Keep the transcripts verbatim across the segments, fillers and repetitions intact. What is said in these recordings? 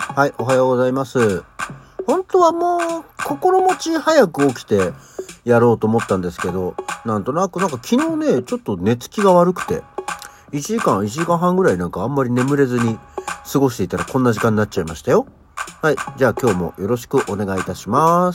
はい、おはようございます。本当はもう心持ち早く起きてやろうと思ったんですけど、なんとなくなんか昨日ね、ちょっと寝つきが悪くて、いちじかん、いちじかんはんぐらいなんかあんまり眠れずに過ごしていたらこんな時間になっちゃいましたよ。はい、じゃあ今日もよろしくお願いいたします。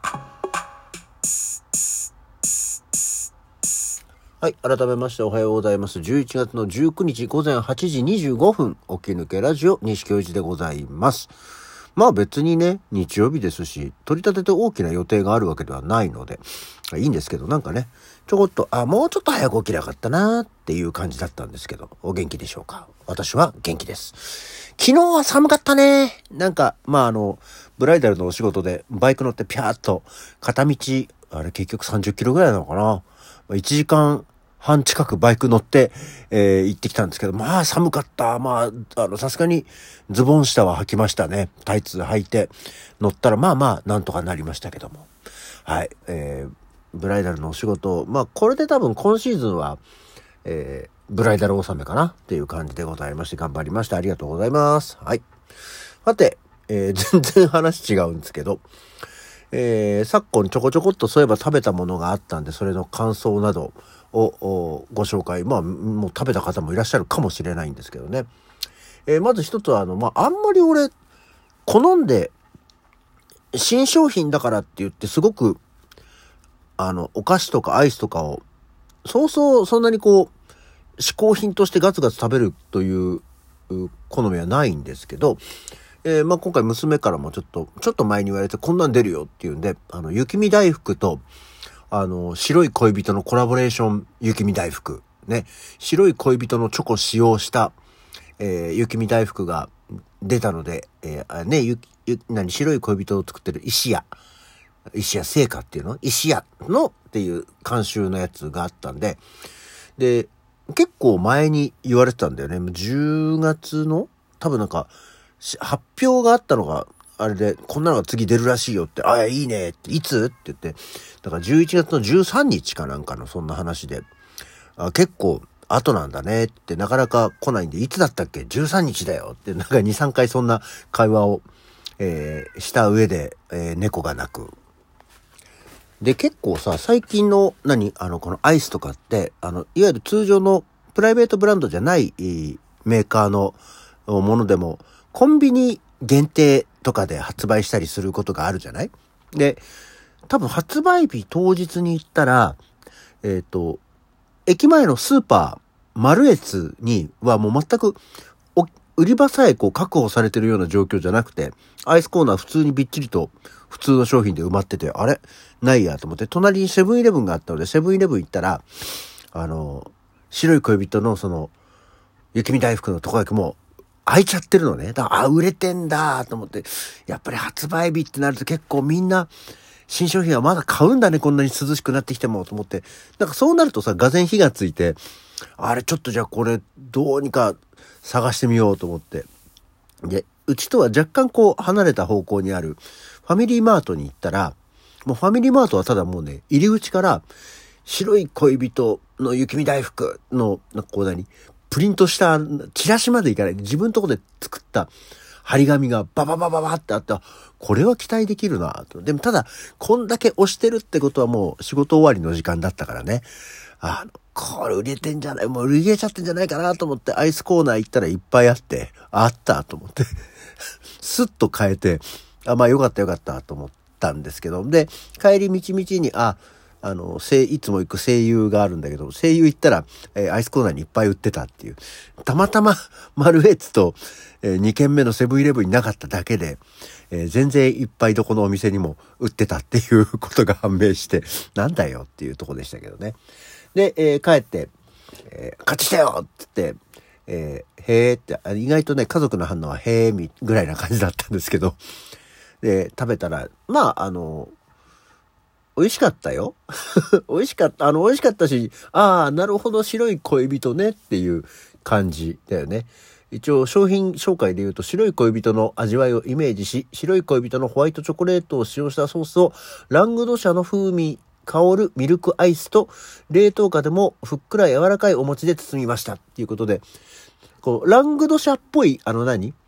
はい、改めましておはようございます。じゅういちがつのじゅうくにち午前はちじにじゅうごふん、起き抜けラジオ西京一でございます。まあ別にね、日曜日ですし、取り立てて大きな予定があるわけではないので、いいんですけど、なんかね、ちょこっと、あ、もうちょっと早く起きなかったなっていう感じだったんですけど、お元気でしょうか？私は元気です。昨日は寒かったね。なんか、まああの、ブライダルのお仕事でバイク乗ってピャーっと、片道、あれ結局さんじゅっキロぐらいなのかな。いちじかんはん近くバイク乗って、えー、行ってきたんですけど、まあ寒かった。まあ、あの、さすがにズボン下は履きましたね。タイツ履いて乗ったら、まあまあ、なんとかなりましたけども。はい。えー、ブライダルのお仕事、まあこれで多分今シーズンは、えー、ブライダル納めかなっていう感じでございまして、頑張りました。ありがとうございます。はい。さて、えー、全然話違うんですけど、えー、昨今ちょこちょこっとそういえば食べたものがあったんで、それの感想などをご紹介、まあもう食べた方もいらっしゃるかもしれないんですけどね。えー、まず一つはあの、まああんまり俺好んで新商品だからって言ってすごくあのお菓子とかアイスとかをそうそうそんなにこう嗜好品としてガツガツ食べるという好みはないんですけど、えー、まあ今回娘からもちょっとちょっと前に言われてこんなん出るよっていうんで、あの雪見大福とあの白い恋人のコラボレーション雪見大福ね、白い恋人のチョコ使用した、えー、雪見大福が出たので、えー、ねゆゆ何白い恋人を作ってる石屋石屋製菓っていうの石屋のっていう監修のやつがあったんで、で結構前に言われてたんだよね。じゅうがつの多分なんか発表があったのがあれで、こんなのが次出るらしいよって、あ、いいねって、いつって言って、だからじゅういちがつのじゅうさんにちかなんかのそんな話で、あ、結構後なんだねって、なかなか来ないんで、いつだったっけ ?じゅうさんにちだよって、なんかに、さんかいそんな会話を、えー、した上で、えー、猫が鳴く。で、結構さ、最近の、何あの、このアイスとかって、あの、いわゆる通常のプライベートブランドじゃないメーカーのものでも、コンビニ限定とかで発売したりすることがあるじゃない？で、多分発売日当日に行ったら、えっと、駅前のスーパー、マルエツにはもう全く、売り場さえこう確保されてるような状況じゃなくて、アイスコーナー普通にびっちりと普通の商品で埋まってて、あれないやと思って、隣にセブンイレブンがあったので、セブンイレブン行ったら、あの、白い恋人のその、雪見大福のとこだけもう開いちゃってるのね。だから、あ、売れてんだと思って、やっぱり発売日ってなると結構みんな、新商品はまだ買うんだね、こんなに涼しくなってきても、と思って。なんかそうなるとさ、がぜん火がついて、あれちょっとじゃあこれ、どうにか探してみようと思って。で、うちとは若干こう、離れた方向にある、ファミリーマートに行ったら、もうファミリーマートはただもうね、入り口から、白い恋人の雪見大福の、なんかこう何、プリントしたチラシまでいかない。自分のとこで作った張り紙がバババババってあった。これは期待できるなと。でもただ、こんだけ押してるってことはもう仕事終わりの時間だったからね。あの、これ売れてんじゃない、もう売れちゃってんじゃないかなと思ってアイスコーナー行ったらいっぱいあって、あったと思って。スッと変えて、あ、まあよかったよかったと思ったんですけど。で、帰り道々に、あ、あの、いつも行く声優があるんだけど、声優行ったら、えー、アイスコーナーにいっぱい売ってたっていう。たまたま、マルエツと、えー、にけんめのセブンイレブンになかっただけで、えー、全然いっぱいどこのお店にも売ってたっていうことが判明して、なんだよっていうとこでしたけどね。で、えー、帰って、えー、買ってきたよって言って、えー、へーって、意外とね、家族の反応はへーぐらいな感じだったんですけど、で、食べたら、まあ、あの、美味しかったよ。美味しかった。あの、美味しかったし、ああ、なるほど、白い恋人ねっていう感じだよね。一応、商品紹介で言うと、白い恋人の味わいをイメージし、白い恋人のホワイトチョコレートを使用したソースを、ラングドシャの風味香るミルクアイスと、冷凍下でもふっくら柔らかいお餅で包みました。っていうことで、こう、ラングドシャっぽい、あの何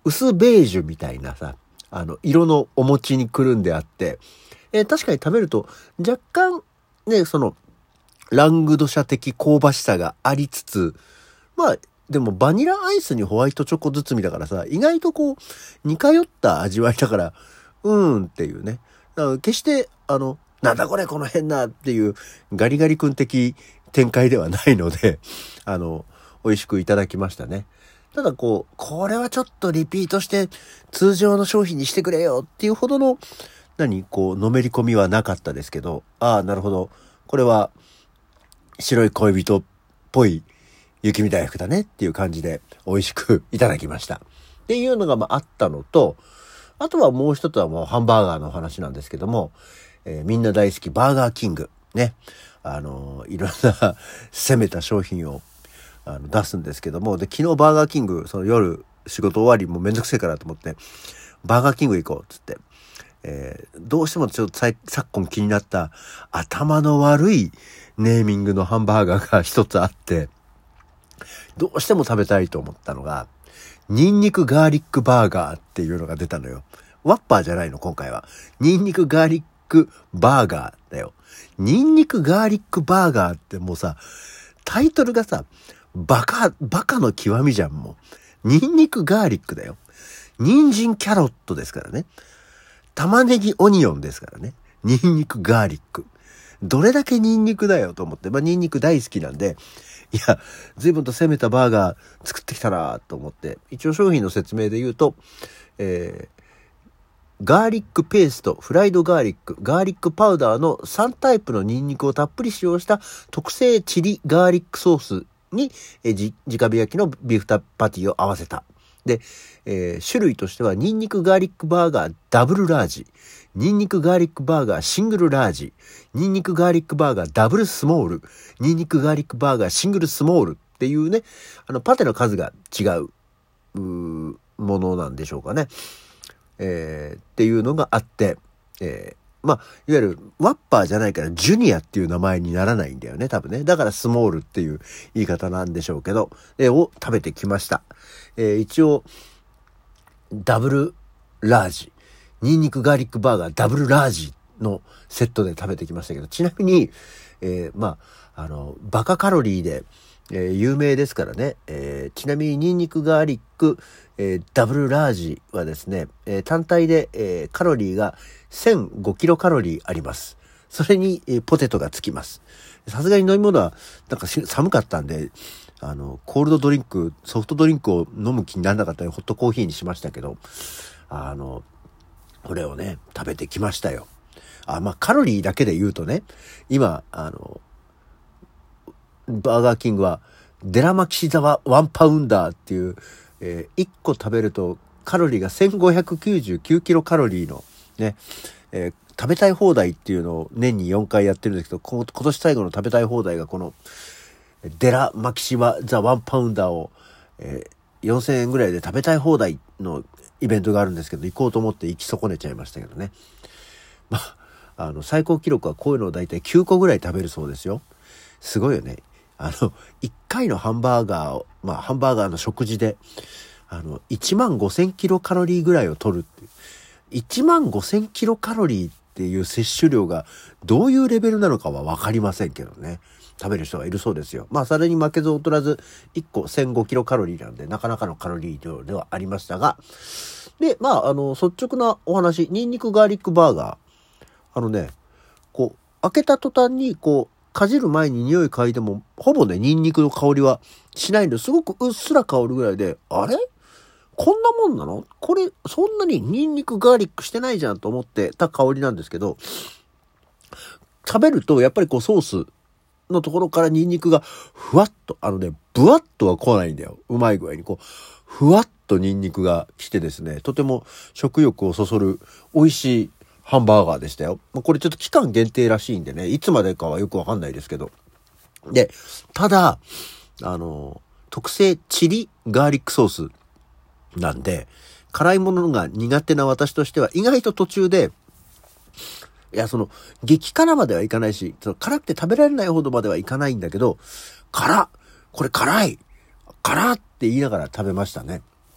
薄ベージュみたいなさ、あの、色のお餅にくるんであって、えー、確かに食べると若干ね、その、ラングドシャ的香ばしさがありつつ、まあ、でもバニラアイスにホワイトチョコ包みだからさ、意外とこう、似通った味わいだから、うーんっていうね。だから決して、あの、なんだこれこの変なっていうガリガリ君的展開ではないので、あの、美味しくいただきましたね。ただこう、これはちょっとリピートして通常の商品にしてくれよっていうほどの、何、こう、のめり込みはなかったですけど、ああ、なるほど。これは、白い恋人っぽい雪見大福だねっていう感じで美味しくいただきました。っていうのがまああったのと、あとはもう一つはもうハンバーガーの話なんですけども、えー、みんな大好きバーガーキングね、あのー、いろんな攻めた商品をあの出すんですけども、で昨日バーガーキングその夜仕事終わりもうめんどくせえからと思ってバーガーキング行こうっつって、えー、どうしてもちょっと昨今気になった頭の悪いネーミングのハンバーガーが一つあって、どうしても食べたいと思ったのが、ニンニクガーリックバーガーっていうのが出たのよ。ワッパーじゃないの、今回は。ニンニクガーリックバーガーだよ。ニンニクガーリックバーガーってもうさ、タイトルがさ、バカ、バカの極みじゃん、もう。ニンニクガーリックだよ。人参キャロットですからね。玉ねぎオニオンですからね。ニンニクガーリック。どれだけニンニクだよと思って、まあニンニク大好きなんで、いや、随分と攻めたバーガー作ってきたなと思って、一応商品の説明で言うと、えー、ガーリックペースト、フライドガーリック、ガーリックパウダーのさんタイプのニンニクをたっぷり使用した特製チリガーリックソースに、えー、じ直火焼きのビーフパティを合わせた。で、えー、種類としてはニンニクガーリックバーガーダブルラージ、ニンニクガーリックバーガーシングルラージ、ニンニクガーリックバーガーダブルスモール、ニンニクガーリックバーガーシングルスモールっていうね、あのパテの数が違う、うーものなんでしょうかね。えー、っていうのがあって、えー、まあ、いわゆるワッパーじゃないからジュニアっていう名前にならないんだよね、多分ね。だからスモールっていう言い方なんでしょうけど、えー、を食べてきました。えー、一応、ダブルラージ、ニンニクガーリックバーガーダブルラージのセットで食べてきましたけど、ちなみに、えー、まあ、あの、バカカロリーで、えー、有名ですからね、えー、ちなみにニンニクガーリック、えー、ダブルラージはですね、えー、単体で、えー、カロリーがせんごキロカロリーあります。それに、えー、ポテトがつきます。さすがに飲み物はなんか寒かったんで、あのコールドドリンク、ソフトドリンクを飲む気にならなかったのでホットコーヒーにしましたけど、あのこれをね食べてきましたよ。あ、まあカロリーだけで言うとね、今あのバーガーキングはデラマキシザワワンパウンダーっていう、えー、いっこ食べるとカロリーがせんごひゃくきゅうじゅうきゅうキロカロリーのね、えー、食べたい放題っていうのを年によんかいやってるんですけど、今年最後の食べたい放題がこのデラマキシワザワンパウンダーを、えー、よんせんえんぐらいで食べたい放題のイベントがあるんですけど、行こうと思って行き損ねちゃいましたけどね。まあ、あの最高記録はこういうのをだいたいきゅうこぐらい食べるそうですよ。すごいよね。あのいっかいのハンバーガーを、まあハンバーガーの食事であのいちまんごせんキロカロリーぐらいを取るっていう、いちまんごせんキロカロリーっていう摂取量がどういうレベルなのかは分かりませんけどね、食べる人がいるそうですよ。まあそれに負けず劣らずいっこせんごキロカロリーなんでなかなかのカロリー量ではありましたが、でまああの率直なお話、ニンニクガーリックバーガー、あのねこう開けた途端にこうかじる前に匂い嗅いでもほぼねニンニクの香りはしないんで、すごくうっすら香るぐらいで、あれこんなもんなのこれそんなにニンニクガーリックしてないじゃんと思ってた香りなんですけど、食べるとやっぱりこうソースのところからニンニクがふわっと、あのねブワッとは来ないんだよ、うまい具合にこうふわっとニンニクが来てですね、とても食欲をそそる美味しいハンバーガーでしたよ。これちょっと期間限定らしいんでね、いつまでかはよくわかんないですけど。で、ただ、あの、特製チリガーリックソースなんで、辛いものが苦手な私としては意外と途中で、いや、その、激辛まではいかないし、その辛くて食べられないほどまではいかないんだけど、辛っこれ辛い辛っって言いながら食べましたね。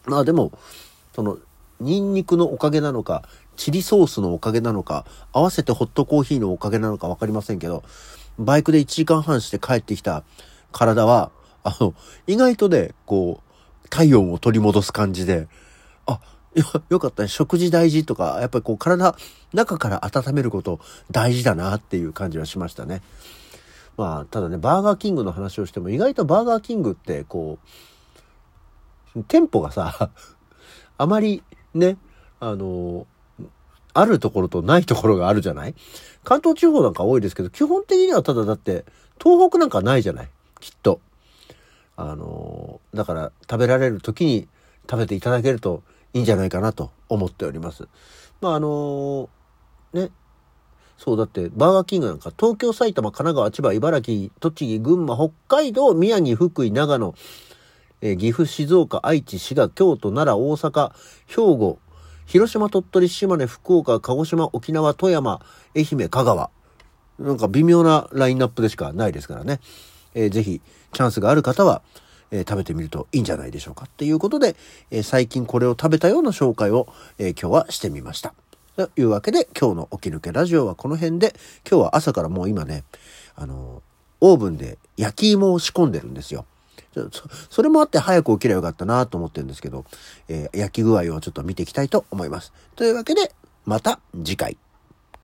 まあでも、その、ニンニクのおかげなのか、チリソースのおかげなのか、合わせてホットコーヒーのおかげなのかわかりませんけど、バイクでいちじかんはんして帰ってきた体は、あの、意外とね、こう、体温を取り戻す感じで、あ、よ、よかったね。食事大事とか、やっぱりこう体、中から温めること大事だなっていう感じはしましたね。まあ、ただね、バーガーキングの話をしても、意外とバーガーキングって、こう、店舗がさ、あまりね、あの、あるところとないところがあるじゃない？関東地方なんか多いですけど、基本的にはただだって、東北なんかないじゃない？きっと。あの、だから食べられる時に食べていただけるといいんじゃないかなと思っております。まああの、ね、そうだってバーガーキングなんか東京、埼玉、神奈川、千葉、茨城、栃木、群馬、北海道、宮城、福井、長野、えー岐阜、静岡、愛知、滋賀、京都、奈良、大阪、兵庫、広島、鳥取、島根、福岡、鹿児島、沖縄、富山、愛媛、香川。なんか微妙なラインナップでしかないですからね。えーぜひチャンスがある方は、えー食べてみるといいんじゃないでしょうか。っていうことで、えー最近これを食べたような紹介を、えー今日はしてみました。というわけで今日の起き抜けラジオはこの辺で、今日は朝からもう今ね、あのーオーブンで焼き芋を仕込んでるんですよ。そ, それもあって早く起きればよかったなと思ってるんですけど、えー焼き具合をちょっと見ていきたいと思います。というわけで、また次回。